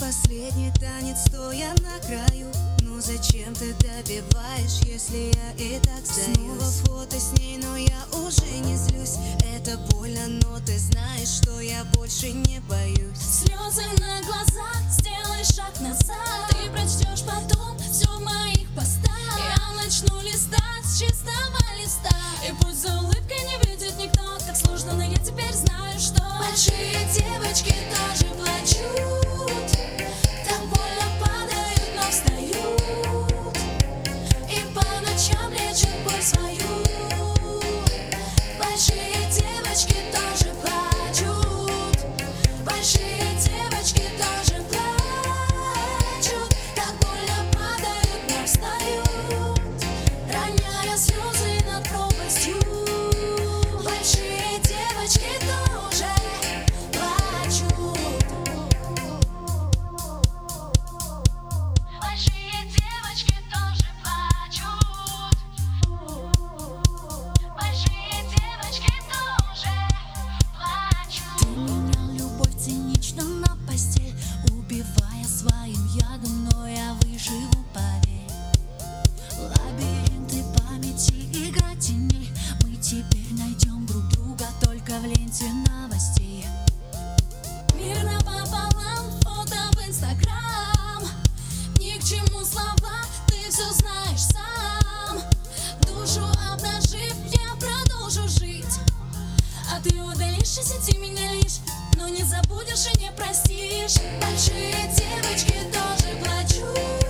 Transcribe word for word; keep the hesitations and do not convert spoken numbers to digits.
последний танец, стоя на краю. Ну зачем ты добиваешь, если я и так сдаюсь? Снова фото с ней, но я уже не злюсь. Это больно, но ты знаешь, что я больше не боюсь. Слезы на глазах, сделай шаг назад. Ты прочтешь потом все в моих постах. Я начну листать с чистого листа, и пусть за улыбкой не видит никто, как сложно, но я теперь знаю, что большие девочки тоже плачут. Так больно падают, но встают, и по ночам лечат боль свою. Большие девочки тоже плачут. Большие девочки тоже плачут. Так больно падают, но встают, роняя слезы над пропастью. Большие девочки тоже плачут. Большие девочки тоже плачут. Большие девочки тоже плачут. Ты менял любовь цинично на постель, убивая своим ядом, но я выживу, поверь. Лабиринты памяти, игра теней. Мы теперь найдем друг друга только в ленте новостей. Мир напополам, фото в инстаграм. Ни к чему слова, ты все знаешь сам. Душу обнажив, я продолжу жить, а ты удалишь из сети меня лишь, но не забудешь и не простишь. Большие девочки тоже плачут.